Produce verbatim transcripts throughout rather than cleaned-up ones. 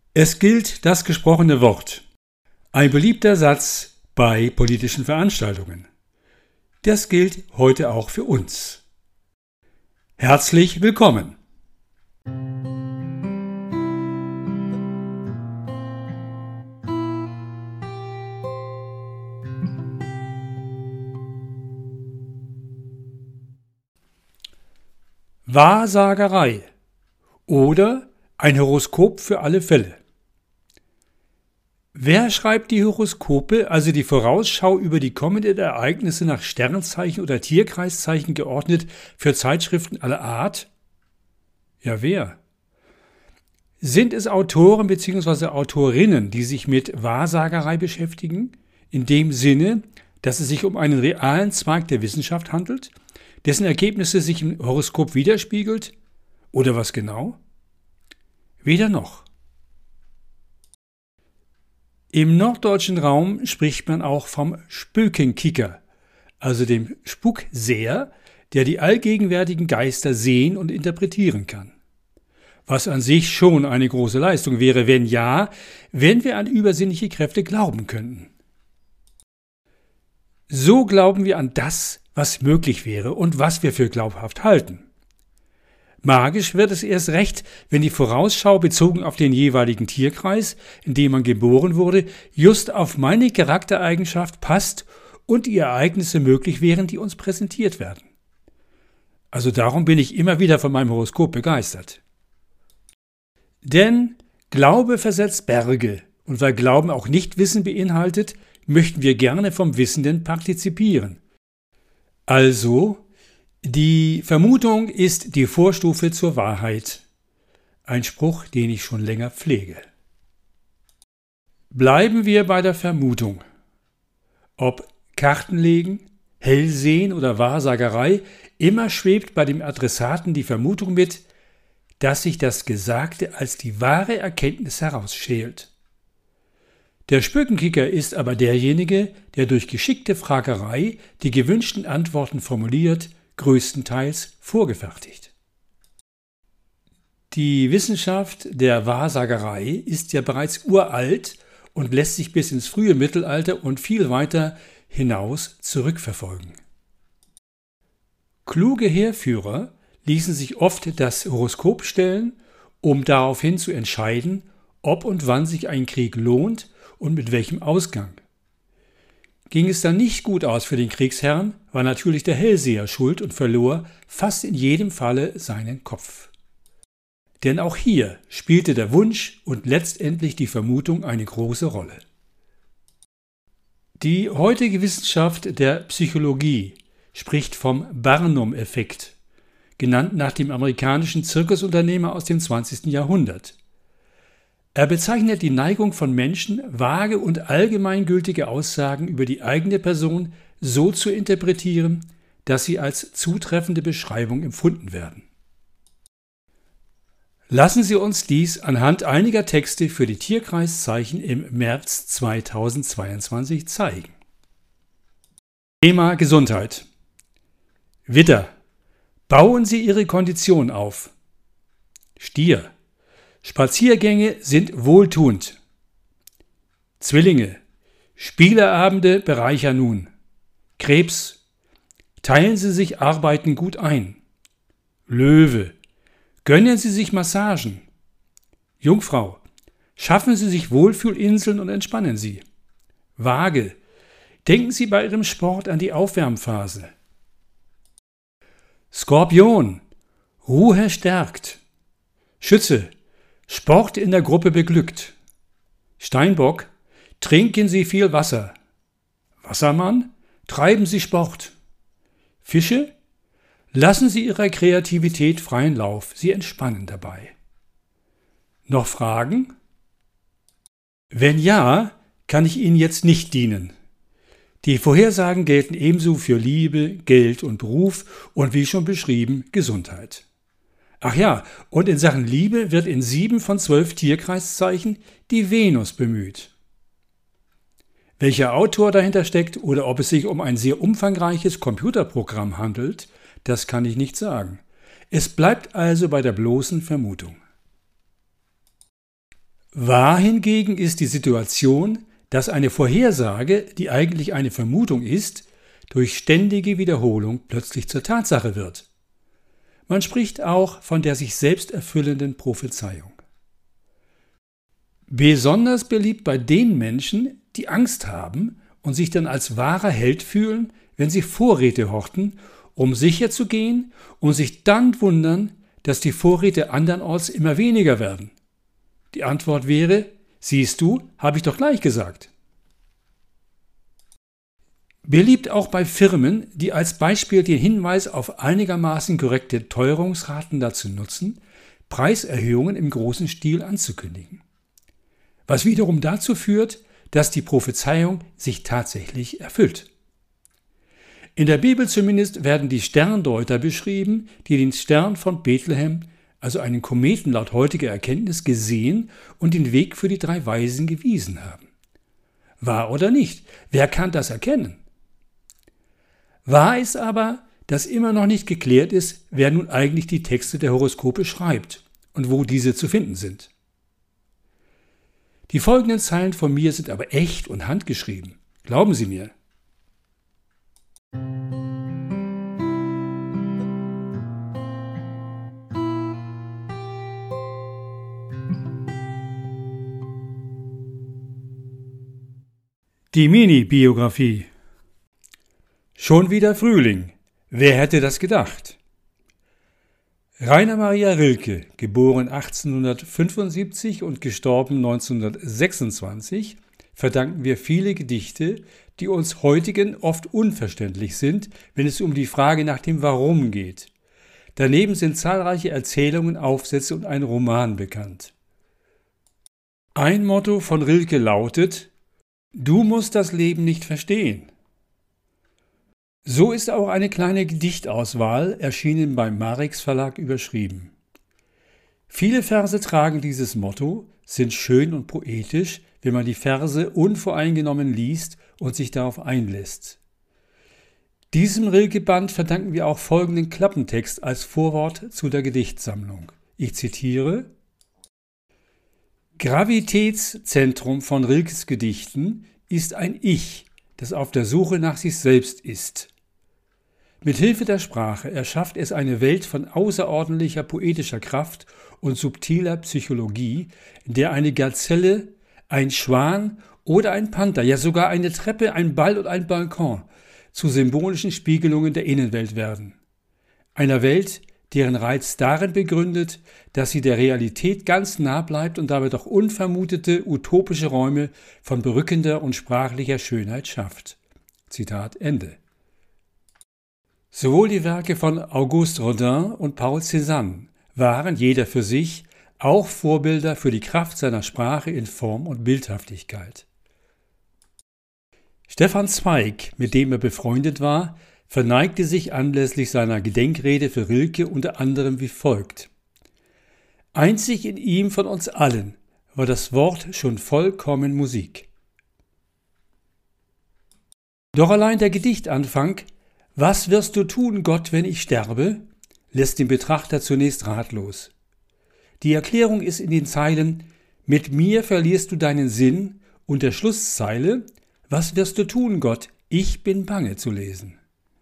Es gilt das gesprochene Wort. Ein beliebter Satz bei politischen Veranstaltungen. Das gilt heute auch für uns. Herzlich willkommen! Wahrsagerei oder ein Horoskop für alle Fälle. Wer schreibt die Horoskope, also die Vorausschau über die kommenden Ereignisse nach Sternzeichen oder Tierkreiszeichen geordnet für Zeitschriften aller Art? Ja, wer? Sind es Autoren bzw. Autorinnen, die sich mit Wahrsagerei beschäftigen, in dem Sinne, dass es sich um einen realen Zweig der Wissenschaft handelt, dessen Ergebnisse sich im Horoskop widerspiegelt? Oder was genau? Weder noch. Im norddeutschen Raum spricht man auch vom Spökenkicker, also dem Spukseher, der die allgegenwärtigen Geister sehen und interpretieren kann. Was an sich schon eine große Leistung wäre, wenn ja, wenn wir an übersinnliche Kräfte glauben könnten. So glauben wir an das, was möglich wäre und was wir für glaubhaft halten. Magisch wird es erst recht, wenn die Vorausschau bezogen auf den jeweiligen Tierkreis, in dem man geboren wurde, just auf meine Charaktereigenschaft passt und die Ereignisse möglich wären, die uns präsentiert werden. Also darum bin ich immer wieder von meinem Horoskop begeistert. Denn Glaube versetzt Berge, und weil Glauben auch Nichtwissen beinhaltet, möchten wir gerne vom Wissenden partizipieren. Also, die Vermutung ist die Vorstufe zur Wahrheit. Ein Spruch, den ich schon länger pflege. Bleiben wir bei der Vermutung. Ob Kartenlegen, Hellsehen oder Wahrsagerei, immer schwebt bei dem Adressaten die Vermutung mit, dass sich das Gesagte als die wahre Erkenntnis herausschält. Der Spökenkicker ist aber derjenige, der durch geschickte Fragerei die gewünschten Antworten formuliert, größtenteils vorgefertigt. Die Wissenschaft der Wahrsagerei ist ja bereits uralt und lässt sich bis ins frühe Mittelalter und viel weiter hinaus zurückverfolgen. Kluge Heerführer ließen sich oft das Horoskop stellen, um daraufhin zu entscheiden, ob und wann sich ein Krieg lohnt und mit welchem Ausgang. Ging es dann nicht gut aus für den Kriegsherrn, war natürlich der Hellseher schuld und verlor fast in jedem Falle seinen Kopf. Denn auch hier spielte der Wunsch und letztendlich die Vermutung eine große Rolle. Die heutige Wissenschaft der Psychologie spricht vom Barnum-Effekt, genannt nach dem amerikanischen Zirkusunternehmer aus dem zwanzigsten Jahrhundert. Er bezeichnet die Neigung von Menschen, vage und allgemeingültige Aussagen über die eigene Person so zu interpretieren, dass sie als zutreffende Beschreibung empfunden werden. Lassen Sie uns dies anhand einiger Texte für die Tierkreiszeichen im März zweitausendzweiundzwanzig zeigen. Thema Gesundheit. Widder: Bauen Sie Ihre Kondition auf. Stier: Spaziergänge sind wohltuend. Zwillinge: Spieleabende bereichern nun. Krebs: Teilen Sie sich Arbeiten gut ein. Löwe: Gönnen Sie sich Massagen. Jungfrau: Schaffen Sie sich Wohlfühlinseln und entspannen Sie. Waage: Denken Sie bei Ihrem Sport an die Aufwärmphase. Skorpion: Ruhe stärkt. Schütze: Sport in der Gruppe beglückt. Steinbock: Trinken Sie viel Wasser. Wassermann: Treiben Sie Sport. Fische: Lassen Sie Ihrer Kreativität freien Lauf, Sie entspannen dabei. Noch Fragen? Wenn ja, kann ich Ihnen jetzt nicht dienen. Die Vorhersagen gelten ebenso für Liebe, Geld und Beruf und wie schon beschrieben, Gesundheit. Ach ja, und in Sachen Liebe wird in sieben von zwölf Tierkreiszeichen die Venus bemüht. Welcher Autor dahinter steckt oder ob es sich um ein sehr umfangreiches Computerprogramm handelt, das kann ich nicht sagen. Es bleibt also bei der bloßen Vermutung. Wahr hingegen ist die Situation, dass eine Vorhersage, die eigentlich eine Vermutung ist, durch ständige Wiederholung plötzlich zur Tatsache wird. Man spricht auch von der sich selbst erfüllenden Prophezeiung. Besonders beliebt bei den Menschen, die Angst haben und sich dann als wahrer Held fühlen, wenn sie Vorräte horten, um sicher zu gehen und sich dann wundern, dass die Vorräte andernorts immer weniger werden. Die Antwort wäre: Siehst du, habe ich doch gleich gesagt. Beliebt auch bei Firmen, die als Beispiel den Hinweis auf einigermaßen korrekte Teuerungsraten dazu nutzen, Preiserhöhungen im großen Stil anzukündigen. Was wiederum dazu führt, dass die Prophezeiung sich tatsächlich erfüllt. In der Bibel zumindest werden die Sterndeuter beschrieben, die den Stern von Bethlehem, also einen Kometen laut heutiger Erkenntnis, gesehen und den Weg für die drei Weisen gewiesen haben. Wahr oder nicht? Wer kann das erkennen? Wahr ist aber, dass immer noch nicht geklärt ist, wer nun eigentlich die Texte der Horoskope schreibt und wo diese zu finden sind. Die folgenden Zeilen von mir sind aber echt und handgeschrieben. Glauben Sie mir. Die Mini-Biografie. Schon wieder Frühling. Wer hätte das gedacht? Rainer Maria Rilke, geboren achtzehnhundertfünfundsiebzig und gestorben neunzehnhundertsechsundzwanzig, verdanken wir viele Gedichte, die uns heutigen oft unverständlich sind, wenn es um die Frage nach dem Warum geht. Daneben sind zahlreiche Erzählungen, Aufsätze und ein Roman bekannt. Ein Motto von Rilke lautet: Du musst das Leben nicht verstehen. So ist auch eine kleine Gedichtauswahl, erschienen beim Marix Verlag, überschrieben. Viele Verse tragen dieses Motto, sind schön und poetisch, wenn man die Verse unvoreingenommen liest und sich darauf einlässt. Diesem Rilke-Band verdanken wir auch folgenden Klappentext als Vorwort zu der Gedichtsammlung. Ich zitiere: Gravitätszentrum von Rilkes Gedichten ist ein Ich, das auf der Suche nach sich selbst ist. Mit Hilfe der Sprache erschafft es eine Welt von außerordentlicher poetischer Kraft und subtiler Psychologie, in der eine Gazelle, ein Schwan oder ein Panther, ja sogar eine Treppe, ein Ball und ein Balkon zu symbolischen Spiegelungen der Innenwelt werden. Einer Welt, deren Reiz darin begründet, dass sie der Realität ganz nah bleibt und dabei doch unvermutete utopische Räume von berückender und sprachlicher Schönheit schafft. Zitat Ende. Sowohl die Werke von Auguste Rodin und Paul Cézanne waren, jeder für sich, auch Vorbilder für die Kraft seiner Sprache in Form und Bildhaftigkeit. Stefan Zweig, mit dem er befreundet war, verneigte sich anlässlich seiner Gedenkrede für Rilke unter anderem wie folgt: Einzig in ihm von uns allen war das Wort schon vollkommen Musik. Doch allein der Gedichtanfang »Was wirst du tun, Gott, wenn ich sterbe?« lässt den Betrachter zunächst ratlos. Die Erklärung ist in den Zeilen »Mit mir verlierst du deinen Sinn« und der Schlusszeile »Was wirst du tun, Gott, ich bin bange« zu lesen.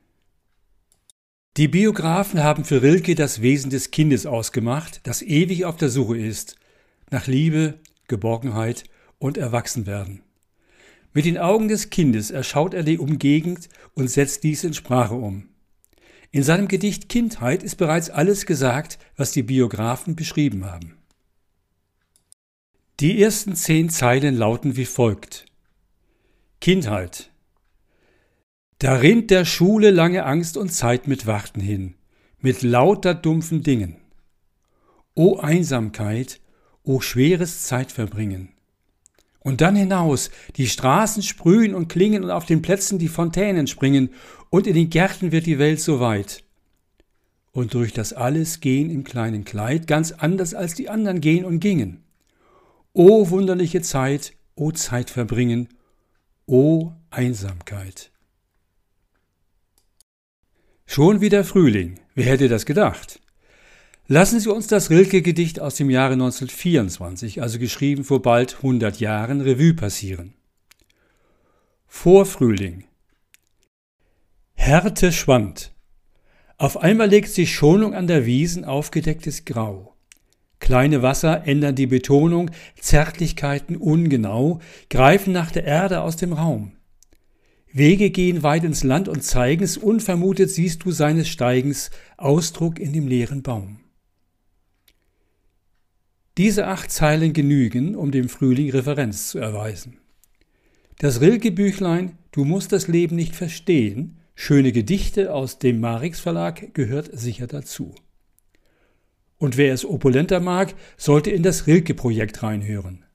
Die Biografen haben für Rilke das Wesen des Kindes ausgemacht, das ewig auf der Suche ist, nach Liebe, Geborgenheit und Erwachsenwerden. Mit den Augen des Kindes erschaut er die Umgegend und setzt dies in Sprache um. In seinem Gedicht Kindheit ist bereits alles gesagt, was die Biografen beschrieben haben. Die ersten zehn Zeilen lauten wie folgt: Kindheit. Da rinnt der Schule lange Angst und Zeit mit Warten hin, mit lauter dumpfen Dingen. O Einsamkeit, o schweres Zeitverbringen. Und dann hinaus, die Straßen sprühen und klingen und auf den Plätzen die Fontänen springen und in den Gärten wird die Welt so weit. Und durch das alles gehen im kleinen Kleid, ganz anders als die anderen gehen und gingen. O wunderliche Zeit, o Zeitverbringen, o Einsamkeit. Schon wieder Frühling, wer hätte das gedacht? Lassen Sie uns das Rilke-Gedicht aus dem Jahre neunzehnhundertvierundzwanzig, also geschrieben vor bald hundert Jahren, Revue passieren. Vorfrühling. Härte schwand. Auf einmal legt sich Schonung an der Wiesen aufgedecktes Grau. Kleine Wasser ändern die Betonung, Zärtlichkeiten ungenau, greifen nach der Erde aus dem Raum. Wege gehen weit ins Land und zeigen's, unvermutet siehst du seines Steigens Ausdruck in dem leeren Baum. Diese acht Zeilen genügen, um dem Frühling Referenz zu erweisen. Das Rilke-Büchlein »Du musst das Leben nicht verstehen« Schöne Gedichte aus dem Marix Verlag gehört sicher dazu. Und wer es opulenter mag, sollte in das Rilke-Projekt reinhören.